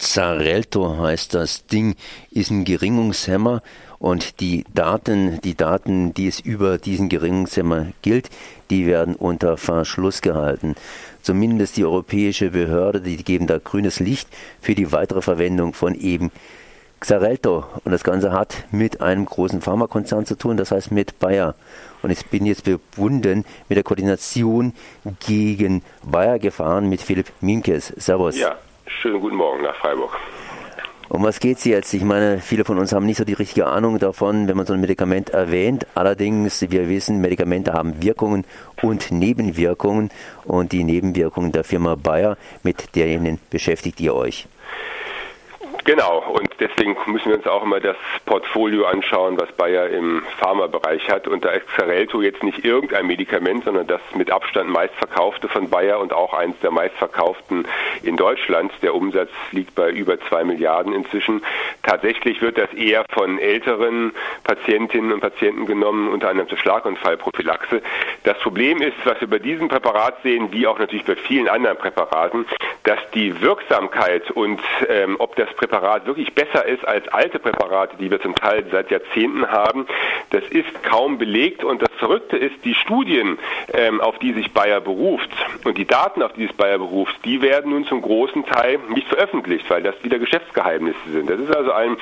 Xarelto heißt das Ding, ist ein Gerinnungshemmer und die Daten, die es über diesen Gerinnungshemmer gilt, die werden unter Verschluss gehalten. Zumindest die europäische Behörde, die geben da grünes Licht für die weitere Verwendung von eben Xarelto. Und das Ganze hat mit einem großen Pharmakonzern zu tun, das heißt mit Bayer. Und ich bin jetzt verbunden mit der Koordination gegen Bayer gefahren mit Philipp Miemkes. Servus. Ja, schönen guten Morgen nach Freiburg. Um was geht's jetzt? Ich meine, viele von uns haben nicht so die richtige Ahnung davon, wenn man so ein Medikament erwähnt. Allerdings, wir wissen, Medikamente haben Wirkungen und Nebenwirkungen. Und die Nebenwirkungen der Firma Bayer, mit denen beschäftigt ihr euch. Genau, und deswegen müssen wir uns auch immer das Portfolio anschauen, was Bayer im Pharmabereich hat. Und da ist Xarelto jetzt nicht irgendein Medikament, sondern das mit Abstand meistverkaufte von Bayer und auch eins der meistverkauften in Deutschland. Der Umsatz liegt bei über 2 Milliarden inzwischen. Tatsächlich wird das eher von älteren Patientinnen und Patienten genommen, unter anderem zur Schlaganfallprophylaxe. Das Problem ist, was wir bei diesem Präparat sehen, wie auch natürlich bei vielen anderen Präparaten, dass die Wirksamkeit und ob das Präparat wirklich besser ist als alte Präparate, die wir zum Teil seit Jahrzehnten haben, das ist kaum belegt. Und das Verrückte ist, die Studien, auf die sich Bayer beruft und die Daten, auf die sich Bayer beruft, die werden nun zum großen Teil nicht veröffentlicht, weil das wieder Geschäftsgeheimnisse sind. Das ist also ein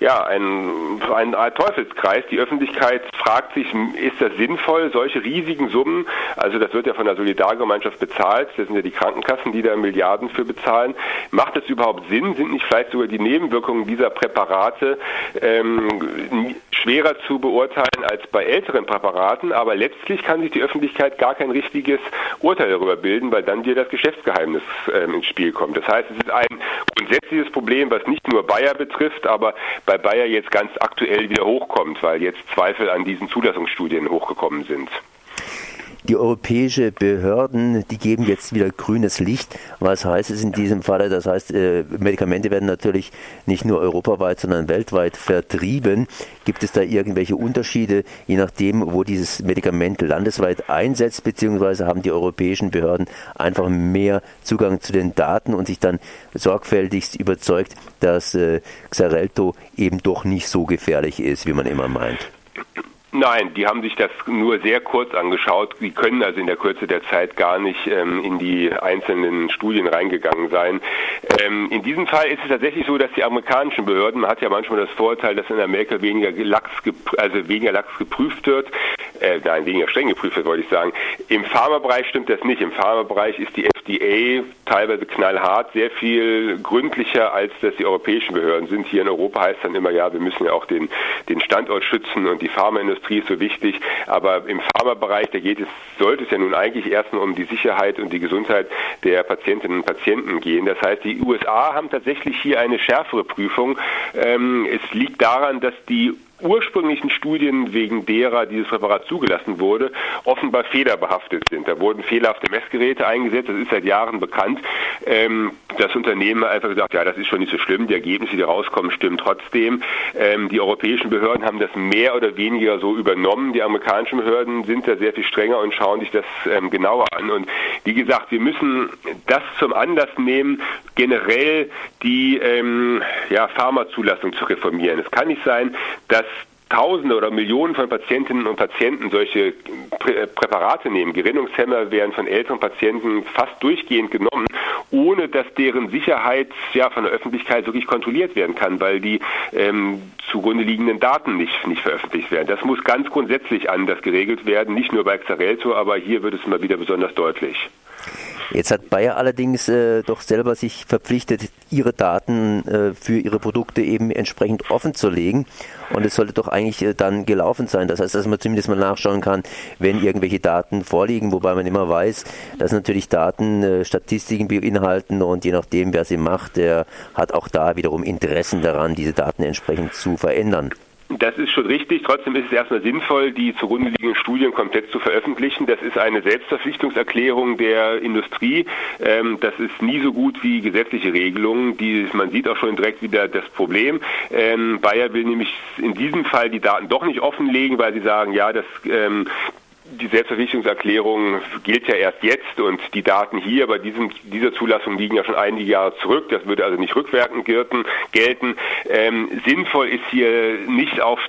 Teufelskreis. Die Öffentlichkeit fragt sich, ist das sinnvoll, solche riesigen Summen, also das wird ja von der Solidargemeinschaft bezahlt, das sind ja die Krankenkassen, die da Milliarden für bezahlen. Macht das überhaupt Sinn? Sind nicht vielleicht sogar die Nebenwirkungen dieser Präparate schwerer zu beurteilen als bei älteren Präparaten, aber letztlich kann sich die Öffentlichkeit gar kein richtiges Urteil darüber bilden, weil dann wieder das Geschäftsgeheimnis ins Spiel kommt. Das heißt, es ist ein grundsätzliches Problem, was nicht nur Bayer betrifft, aber bei Bayer jetzt ganz aktuell wieder hochkommt, weil jetzt Zweifel an diesen Zulassungsstudien hochgekommen sind. Die europäischen Behörden, die geben jetzt wieder grünes Licht. Was heißt es in diesem Falle? Das heißt, Medikamente werden natürlich nicht nur europaweit, sondern weltweit vertrieben. Gibt es da irgendwelche Unterschiede, je nachdem, wo dieses Medikament landesweit einsetzt, beziehungsweise haben die europäischen Behörden einfach mehr Zugang zu den Daten und sich dann sorgfältigst überzeugt, dass Xarelto eben doch nicht so gefährlich ist, wie man immer meint? Nein, die haben sich das nur sehr kurz angeschaut. Sie können also in der Kürze der Zeit gar nicht in die einzelnen Studien reingegangen sein. In diesem Fall ist es tatsächlich so, dass die amerikanischen Behörden, man hat ja manchmal das Vorurteil, dass in Amerika weniger Lachs geprüft wird, weniger streng geprüft wird, wollte ich sagen. Im Pharmabereich stimmt das nicht. Im Pharmabereich ist die FDA teilweise knallhart, sehr viel gründlicher, als das die europäischen Behörden sind. Hier in Europa heißt dann immer, ja, wir müssen ja auch den Standort schützen und die Pharmaindustrie ist so wichtig, aber im Pharmabereich, sollte es ja nun eigentlich erstmal um die Sicherheit und die Gesundheit der Patientinnen und Patienten gehen. Das heißt, die USA haben tatsächlich hier eine schärfere Prüfung. Es liegt daran, dass die ursprünglichen Studien, wegen derer dieses Präparat zugelassen wurde, offenbar fehlerbehaftet sind. Da wurden fehlerhafte Messgeräte eingesetzt, das ist seit Jahren bekannt. Das Unternehmen hat einfach gesagt, ja, das ist schon nicht so schlimm, die Ergebnisse, die rauskommen, stimmen trotzdem. Die europäischen Behörden haben das mehr oder weniger so übernommen. Die amerikanischen Behörden sind da sehr viel strenger und schauen sich das genauer an. Und wie gesagt, wir müssen das zum Anlass nehmen, generell die Pharmazulassung zu reformieren. Es kann nicht sein, dass Tausende oder Millionen von Patientinnen und Patienten solche Präparate nehmen. Gerinnungshemmer werden von älteren Patienten fast durchgehend genommen, ohne dass deren Sicherheit von der Öffentlichkeit wirklich kontrolliert werden kann, weil die zugrunde liegenden Daten nicht veröffentlicht werden. Das muss ganz grundsätzlich anders geregelt werden, nicht nur bei Xarelto, aber hier wird es mal wieder besonders deutlich. Jetzt hat Bayer allerdings doch selber sich verpflichtet, ihre Daten für ihre Produkte eben entsprechend offen zu legen. Und es sollte doch eigentlich dann gelaufen sein. Das heißt, dass man zumindest mal nachschauen kann, wenn irgendwelche Daten vorliegen, wobei man immer weiß, dass natürlich Daten Statistiken beinhalten und je nachdem, wer sie macht, der hat auch da wiederum Interessen daran, diese Daten entsprechend zu verändern. Das ist schon richtig. Trotzdem ist es erstmal sinnvoll, die zugrunde liegenden Studien komplett zu veröffentlichen. Das ist eine Selbstverpflichtungserklärung der Industrie. Das ist nie so gut wie gesetzliche Regelungen. Man sieht auch schon direkt wieder das Problem. Bayer will nämlich in diesem Fall die Daten doch nicht offenlegen, weil sie sagen, ja, das die Selbstverpflichtungserklärung gilt ja erst jetzt und die Daten hier bei dieser Zulassung liegen ja schon einige Jahre zurück. Das würde also nicht rückwirkend gelten. Sinnvoll ist hier nicht auf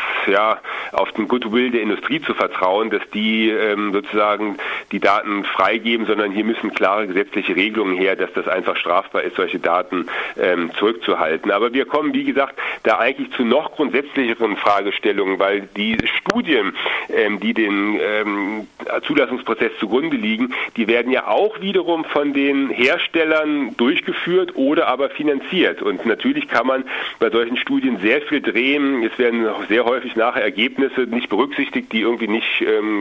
den Goodwill der Industrie zu vertrauen, dass die sozusagen die Daten freigeben, sondern hier müssen klare gesetzliche Regelungen her, dass das einfach strafbar ist, solche Daten zurückzuhalten. Aber wir kommen, wie gesagt, da eigentlich zu noch grundsätzlicheren Fragestellungen, weil die Studien, die den Zulassungsprozess zugrunde liegen, die werden ja auch wiederum von den Herstellern durchgeführt oder aber finanziert. Und natürlich kann man bei solchen Studien sehr viel drehen. Es werden sehr häufig nachher Ergebnisse nicht berücksichtigt, die irgendwie nicht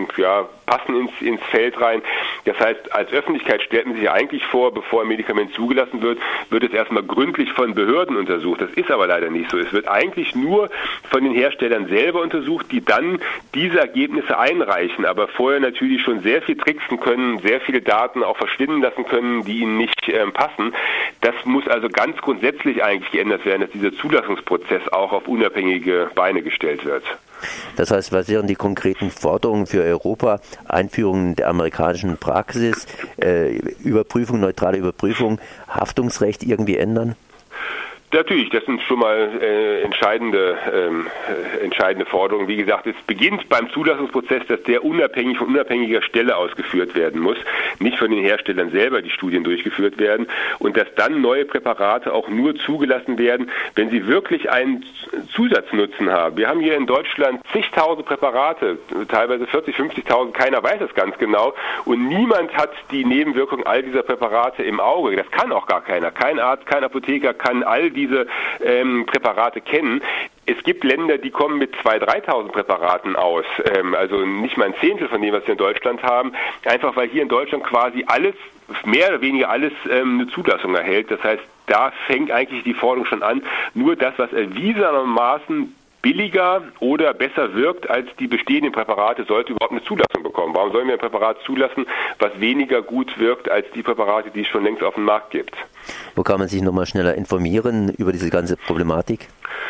passen ins Feld rein. Das heißt, als Öffentlichkeit stellt man sich eigentlich vor, bevor ein Medikament zugelassen wird es erstmal gründlich von Behörden untersucht. Das ist aber leider nicht so. Es wird eigentlich nur von den Herstellern selber untersucht, die dann diese Ergebnisse einreichen, aber vorher natürlich schon sehr viel tricksen können, sehr viele Daten auch verschwinden lassen können, die ihnen nicht passen. Das muss also ganz grundsätzlich eigentlich geändert werden, dass dieser Zulassungsprozess auch auf unabhängige Beine gestellt wird. Das heißt, was wären die konkreten Forderungen für Europa? Einführung der amerikanischen Praxis, Überprüfung, neutrale Überprüfung, Haftungsrecht irgendwie ändern? Natürlich, das sind schon mal entscheidende Forderungen. Wie gesagt, es beginnt beim Zulassungsprozess, dass der unabhängig von unabhängiger Stelle ausgeführt werden muss, nicht von den Herstellern selber die Studien durchgeführt werden und dass dann neue Präparate auch nur zugelassen werden, wenn sie wirklich einen Zusatznutzen haben. Wir haben hier in Deutschland zigtausend Präparate, teilweise 40.000, 50.000, keiner weiß es ganz genau und niemand hat die Nebenwirkungen all dieser Präparate im Auge. Das kann auch gar keiner. Kein Arzt, kein Apotheker kann all diese Präparate kennen. Es gibt Länder, die kommen mit 2.000, 3.000 Präparaten aus, also nicht mal ein Zehntel von dem, was wir in Deutschland haben, einfach weil hier in Deutschland quasi alles, mehr oder weniger alles eine Zulassung erhält. Das heißt, da fängt eigentlich die Forderung schon an, nur das, was erwiesenermaßen billiger oder besser wirkt als die bestehenden Präparate, sollte überhaupt eine Zulassung bekommen. Warum sollen wir ein Präparat zulassen, was weniger gut wirkt als die Präparate, die es schon längst auf dem Markt gibt? Wo kann man sich nochmal schneller informieren über diese ganze Problematik?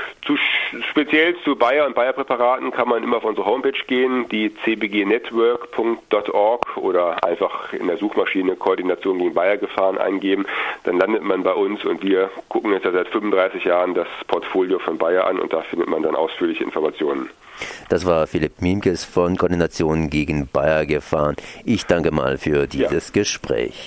Speziell zu Bayer und Bayer-Präparaten kann man immer auf unsere Homepage gehen, die cbgnetwork.org oder einfach in der Suchmaschine Koordination gegen Bayer-Gefahren eingeben. Dann landet man bei uns und wir gucken jetzt ja seit 35 Jahren das Portfolio von Bayer an und da findet man dann ausführliche Informationen. Das war Philipp Miemkes von Koordination gegen Bayer-Gefahren. Ich danke mal für dieses Gespräch.